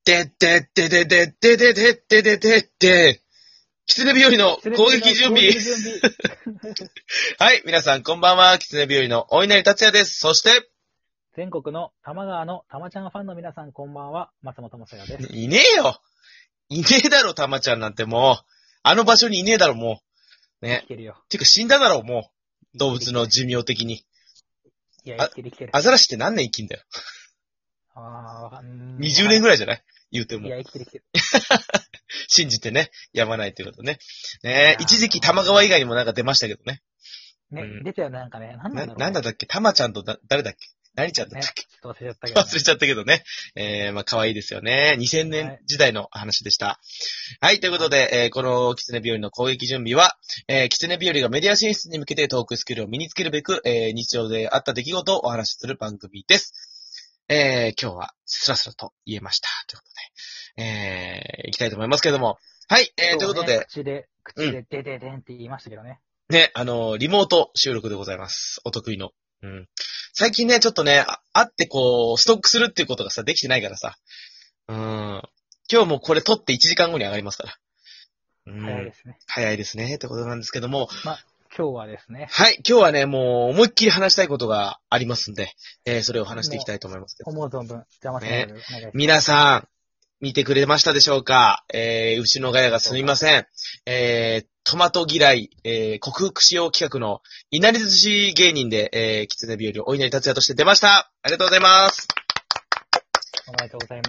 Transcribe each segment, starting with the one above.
でででででででででででで、狐日和の攻撃準備。はい、皆さんこんばんは。狐日和のお稲荷達也です。そして、 全国の玉川の玉ちゃんファンの皆さんこんばんは。松本雅也です。 いねえよ。いねえだろ、玉ちゃんなんてもう。あの場所にいねえだろ、もう。ね。 生きてるよ。 てか死んだだろ、もう。動物の寿命的に。 いや、生きてる生きてる。 アザラシって何年生きんだよ。20年ぐらいじゃない言うても。 いや、生きてる生きてる。 信じてね、やまないということね。ね一時期玉川以外にもなんか出ましたけどね。 ね、出たよね、なんかね。 なんだっけ玉ちゃんと誰だっけ何ちゃんだったっけ、 ちょっと忘れちゃったけど、 忘れちゃったけどね。まあ可愛いですよね。2000年時代の話でした。はい、ということで、この狐日和の攻撃準備は、狐日和がメディア進出に向けてトークスキルを身につけるべく、日常であった出来事をお話しする番組です。今日はスラスラと言えました。ということで、行きたいと思いますけれども。はい、ということで。 口で、でででんって言いましたけどね。 ね、リモート収録でございます。お得意の。最近ね、ちょっとね、会ってこう、ストックするっていうことがさ、できてないからさ。今日もこれ撮って1時間後に上がりますから。 早いですね。 早いですね、ってことなんですけども。 まあ、今日はですね。 はい、今日はね、もう思いっきり話したいことがありますんで、それを話していきたいと思いますけど。 思う存分、邪魔しないでお願いします。 皆さん、見てくれましたでしょうか？牛のガヤがすみません。トマト嫌い、克服しよう企画の稲荷寿司芸人で、狐日和お稲荷達也として出ました。ありがとうございます。 おめでとうございます。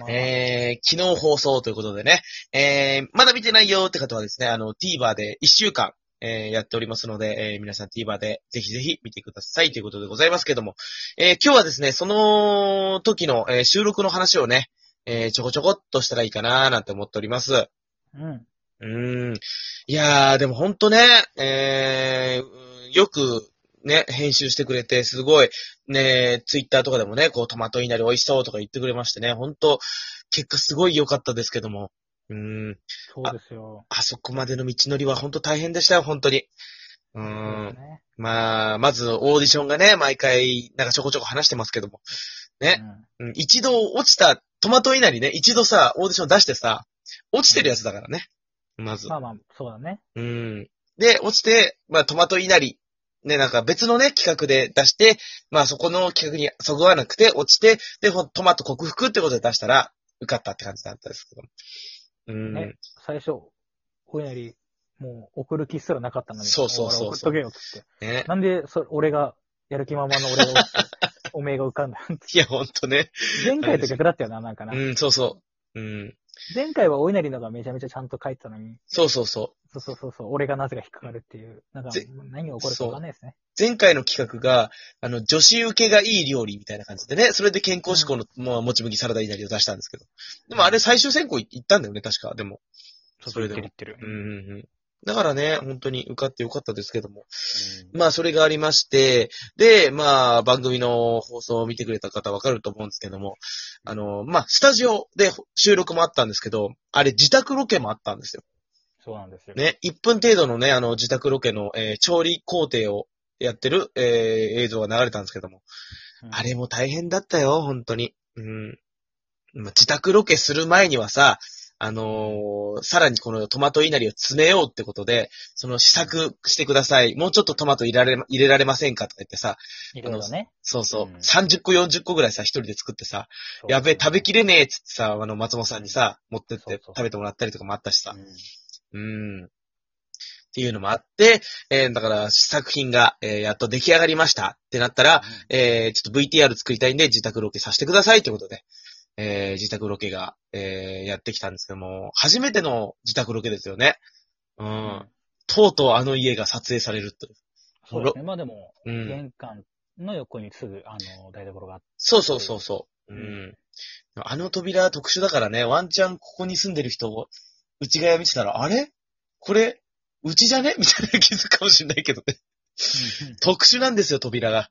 昨日放送ということでね、まだ見てないよって方はですね、TVer で1週間、やっておりますので、皆さん TVer でぜひぜひ見てくださいということでございますけども、今日はですね、その時の、収録の話をね、ちょこちょこっとしたらいいかなーなんて思っております。いやー、でもほんとね、よくね、編集してくれて、すごい、ね、ツイッターとかでもね、こうトマト稲荷美味しそうとか言ってくれましてね、ほんと、結果すごい良かったですけども。 そうですよ。 あそこまでの道のりはほんと大変でしたよ、ほんとに。まあ、まずオーディションがね、毎回、なんかちょこちょこ話してますけども。ね。一度落ちた、トマト稲荷ね、一度さ、オーディション出してさ、落ちてるやつだからね。まず。 まあまあ、そうだね。 で、落ちて、まあトマト稲荷、ね、なんか別のね、企画で出して、まあそこの企画にそぐわなくて落ちて、で、トマト克服ってことで出したら、受かったって感じだったんですけど。 ね、最初、お稲荷、もう送る気すらなかったのに。 そう。 送っとけよ、つって。 ね、 なんで、俺が、やる気ままの俺が落ちて、おめえが受かんだよ。 いや、ほんとね。 前回と逆だったよな、なんかな。 そう。 前回はお稲荷のがめちゃめちゃちゃんと書いてたのに。 そう。 俺がなぜか引っかかるっていう。なんか、何が起こるかわかんないですね。 前回の企画が、女子受けがいい料理みたいな感じでね、それで健康志向の、もち麦サラダ稲荷を出したんですけど。でもあれ最終選考行ったんだよね、確か。でも。 それでも。言ってる。 だからね、本当に受かってよかったですけども。まあ、それがありまして、で、まあ、番組の放送を見てくれた方わかると思うんですけども、まあ、スタジオで収録もあったんですけど、あれ自宅ロケもあったんですよ。 そうなんですよ。 ね、1分程度のね、自宅ロケの、調理工程をやってる、映像が流れたんですけども、あれも大変だったよ、本当に。自宅ロケする前にはさ、さらにこのトマト稲荷を詰めようってことで、その試作してください。もうちょっとトマト入れられませんかとか言ってさ、そう、30個40個ぐらいさ、一人で作ってさ、やべえ、食べきれねえっつってさ、松本さんにさ、持ってって食べてもらったりとかもあったしさ。っていうのもあって、だから試作品が、やっと出来上がりましたってなったら、ちょっと VTR 作りたいんで自宅ロケさせてくださいってことで、自宅ロケが、やってきたんですけども、初めての自宅ロケですよね。とうとうあの家が撮影されるという。 そうですね。まあでも、玄関の横にすぐ、台所があって。 そう。あの扉特殊だからね、ワンチャンここに住んでる人を、内側見てたら、あれこれ、うちじゃねみたいな気づくかもしれないけどね。特殊なんですよ、扉が。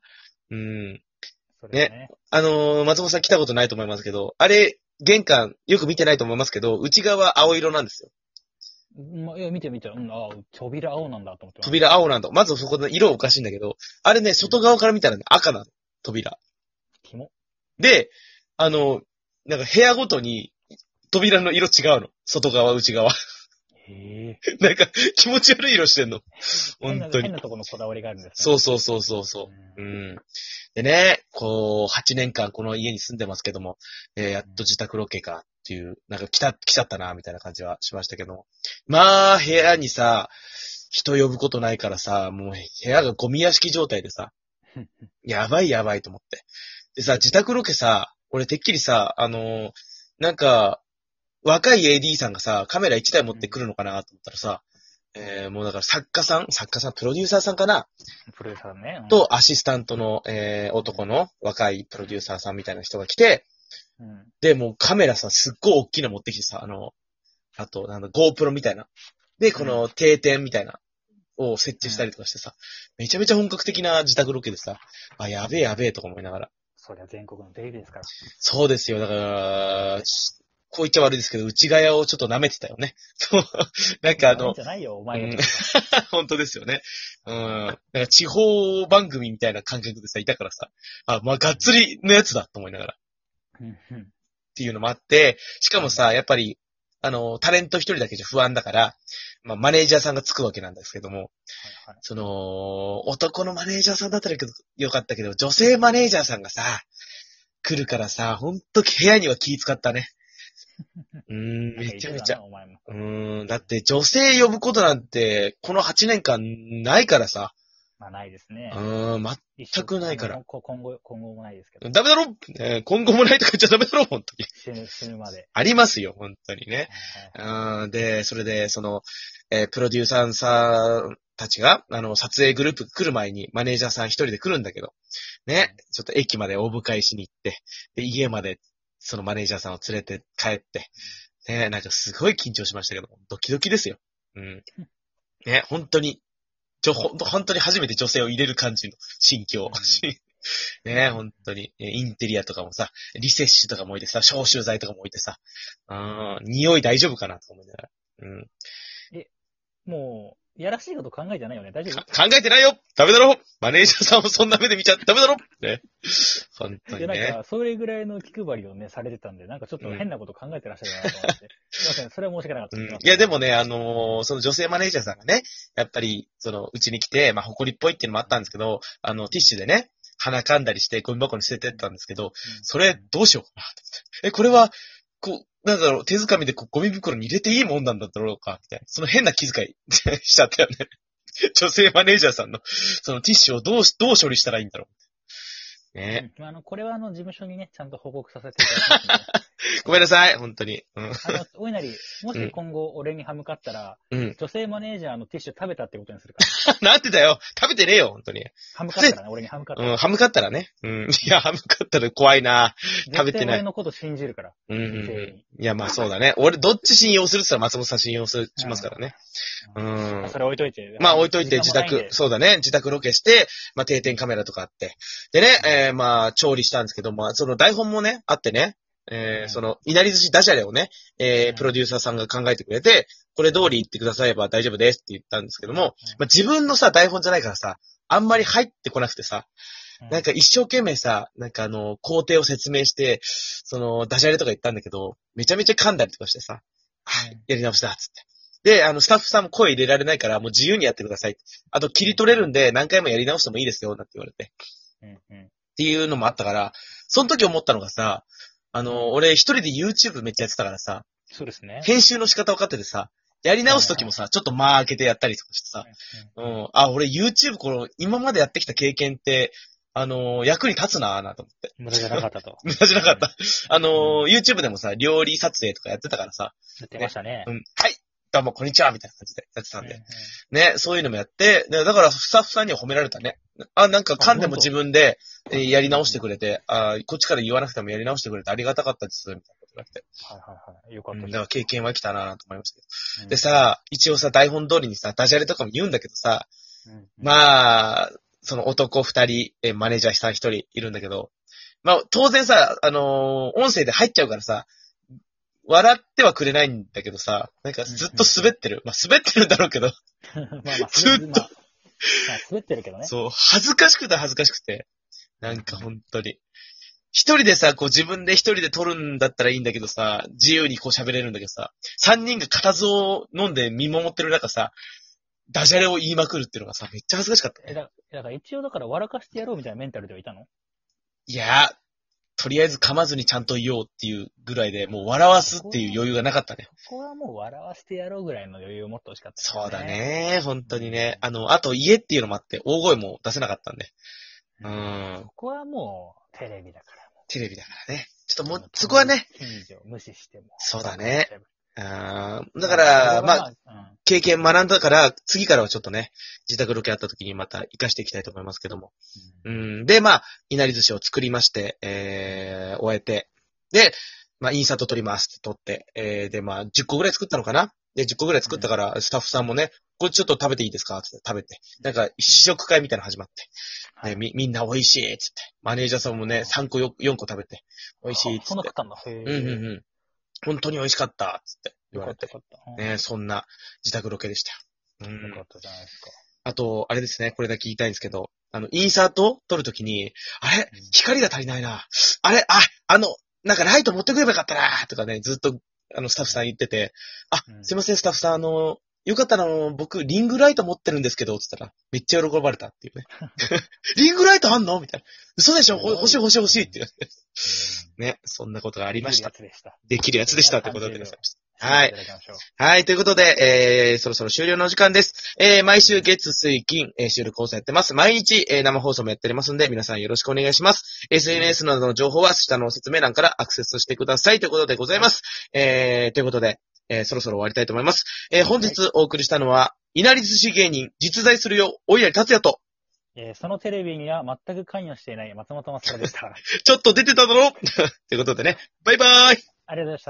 ね。松本さん来たことないと思いますけど、あれ、玄関、よく見てないと思いますけど、内側青色なんですよ。 いや、見て。扉青なんだと思って。 扉青なんだ。まずそこの色おかしいんだけど、あれね、外側から見たらね、赤なの。扉。 キモ。 で、なんか部屋ごとに、 扉の色違うの。外側、内側。 へえ。 なんか、気持ち悪い色してんの。本当に。 変なところのこだわりがあるんですね。 そうそうそうそうそう。でね、こう、8年間この家に住んでますけども、やっと自宅ロケかっていう、なんか来ちゃったな、みたいな感じはしましたけども。まあ、部屋にさ、人呼ぶことないからさ、もう部屋がゴミ屋敷状態でさ、やばいやばいと思って。でさ、自宅ロケさ、俺てっきりさ、なんか、若い AD さんがさ、カメラ1台持ってくるのかなと思ったらさ、もうだから作家さん、プロデューサーさんかなプロデューサーね。 と、アシスタントの、男の若いプロデューサーさんみたいな人が来て、で、もうカメラさ、すっごい大きいの持ってきてさ、あと、GoPro みたいな。で、この定点みたいな、を設置したりとかしてさ、めちゃめちゃ本格的な自宅ロケでさ、あ、やべえやべえとか思いながら。 そりゃ全国のデイリーですから。 そうですよ。だから、こう言っちゃ悪いですけど、内側をちょっと舐めてたよね。そう。なんかじゃないよ、お前が。 本当ですよね。なんか地方番組みたいな感覚でさ、いたからさ、あ、まあ、がっつりのやつだと思いながら。っていうのもあって、しかもさ、やっぱり、タレント一人だけじゃ不安だから、まあ、マネージャーさんがつくわけなんですけども、その、男のマネージャーさんだったらよかったけど、女性マネージャーさんがさ、来るからさ、ほんと部屋には気使ったね。めちゃめちゃ。だって女性呼ぶことなんて、この8年間ないからさ。 まあないですね。 全くないから。 今後もないですけど。 ダメだろ、今後もないとか言っちゃダメだろ本当に。死ぬまで。 ありますよ、本当にね。で、それで、その、プロデューサーさんたちが、撮影グループ来る前にマネージャーさん一人で来るんだけど、ね、ちょっと駅までお迎えしに行って、で、家までそのマネージャーさんを連れて帰って、ね、なんかすごい緊張しましたけど、ドキドキですよ。ね、本当に初めて女性を入れる感じの心境。ね、本当に。インテリアとかもさ、リセッシュとかも置いてさ、消臭剤とかも置いてさ、匂い大丈夫かなとか思いながら。 もう、やらしいこと考えてないよね。大丈夫？ 考えてないよダメだろマネージャーさんをそんな目で見ちゃダメだろね。本当にね。 なんか、それぐらいの気配りをね、されてたんで、なんかちょっと変なこと考えてらっしゃるなと思って。すいません、それは申し訳なかった。 いや、でもね、その女性マネージャーさんがね、やっぱり、うちに来て、まあ、埃っぽいっていうのもあったんですけど、ティッシュでね、鼻噛んだりしてゴミ箱に捨ててったんですけど、それどうしようかな。これは、なんだろう、手づかみでゴミ袋に入れていいもんなんだろうか、みたいな。その変な気遣いしちゃったよね。女性マネージャーさんの、そのティッシュをどう処理したらいいんだろう。ね。 これは事務所にね、ちゃんと報告させていただきます、 ごめんなさい、本当に。 お稲荷、もし今後俺に歯向かったら、女性マネージャーのティッシュ食べたってことにするから。 なんてだよ。食べてねえよ、本当に。 歯向かったらね、俺に歯向かったら。 歯向かったらね。いや、歯向かったら怖いな。食べてない。 俺のこと信じるから。 いや、まあそうだね。俺、どっち信用するって言ったら松本さん信用しますからね。 それ置いといて。 まあ置いといて自宅、そうだね。自宅ロケして、まあ定点カメラとかあって。でね、まあ調理したんですけど、まあその台本もね、あってね。その、いなり寿司ダジャレをね、プロデューサーさんが考えてくれて、これ通り言ってくだされば大丈夫ですって言ったんですけども、まあ、自分のさ、台本じゃないからさ、あんまり入ってこなくてさ、なんか一生懸命さ、なんか工程を説明して、その、ダジャレとか言ったんだけど、めちゃめちゃ噛んだりとかしてさ、やり直した、つって。で、スタッフさんも声入れられないから、もう自由にやってください。あと、切り取れるんで、何回もやり直してもいいですよ、なんて言われて。っていうのもあったから、その時思ったのがさ、俺一人で YouTube めっちゃやってたからさ、 そうですね。 編集の仕方分かっててさ、やり直す時もさ、ちょっと間開けてやったりとかしてさ、俺 YouTube 今までやってきた経験って、役に立つなぁなと思って。 無駄じゃなかったと。 無駄じゃなかった。YouTube でもさ、料理撮影とかやってたからさ。 やってましたね。 はい。どうも、こんにちはみたいな感じでやってたんで。ね、そういうのもやって、だからスタッフさんには褒められたね。なんか噛んでも自分で、やり直してくれて、こっちから言わなくてもやり直してくれてありがたかったです、みたいなこと言われて。 はい。よかった。 だから経験は生きたなと思いましたけど。でさ、一応さ、台本通りにさ、ダジャレとかも言うんだけどさ、まあ、その男二人、マネージャーさん一人いるんだけど、まあ、当然さ、音声で入っちゃうからさ、笑ってはくれないんだけどさ、なんかずっと滑ってる。まあ、滑ってるんだろうけど。ずっと。 滑ってるけどね。 そう、恥ずかしくて。なんか本当に。 一人でさ、こう自分で一人で撮るんだったらいいんだけどさ、自由にこう喋れるんだけどさ、三人が固唾を飲んで見守ってる中さ、ダジャレを言いまくるっていうのがさ、めっちゃ恥ずかしかったね。 だから一応だから笑かしてやろうみたいなメンタルではいたの？ いや、とりあえず噛まずにちゃんと言おうっていうぐらいで、もう笑わすっていう余裕がなかったね。 ここはもう笑わせてやろうぐらいの余裕を持ってほしかった、 ね。そうだね。本当にね。あと家っていうのもあって、大声も出せなかったんで。 ここはもう、テレビだから。 テレビだからね。ちょっともう、そこはね。 近所無視しても。 そうだね。だから、まあ、経験学んだから、次からはちょっとね、自宅ロケあった時にまた活かしていきたいと思いますけども。で、まあ、いなり寿司を作りまして、終えて、で、まあ、インサート撮りますって撮って、で、まあ、10個ぐらい作ったのかな？で、10個ぐらい作ったから、スタッフさんもね、これちょっと食べていいですかって食べて。なんか、試食会みたいなの始まって。で、みんな美味しいっつって。マネージャーさんもね、3個、4個食べて。美味しいっつって。 そんな食ったんだ。 本当に美味しかったっつって言われて。 よかった。 ね、そんな自宅ロケでした。 よかったじゃないですか。 あと、あれですね、これだけ言いたいんですけど、インサート撮るときに、あれ光が足りないな。あれなんかライト持ってくればよかったなとかね、ずっと、スタッフさん言ってて、すいません、スタッフさん、よかったら僕、リングライト持ってるんですけど、つったら、めっちゃ喜ばれたっていうね。リングライトあんのみたいな。嘘でしょ欲しいっていう。ね、そんなことがありました。できるやつでしたってことでございました。はい。はい、ということで、そろそろ終了のお時間です。毎週月、水、金、収録放送やってます。毎日、生放送もやっておりますんで、皆さんよろしくお願いします。SNS などの情報は下の説明欄からアクセスしてくださいということでございます。ということで、そろそろ終わりたいと思います。本日お送りしたのは、いなり寿司芸人、実在するよ、お稲荷達也と、 そのテレビには全く関与していない松本正でした。 ちょっと出てただろということでね、バイバーイ。 ありがとうございました。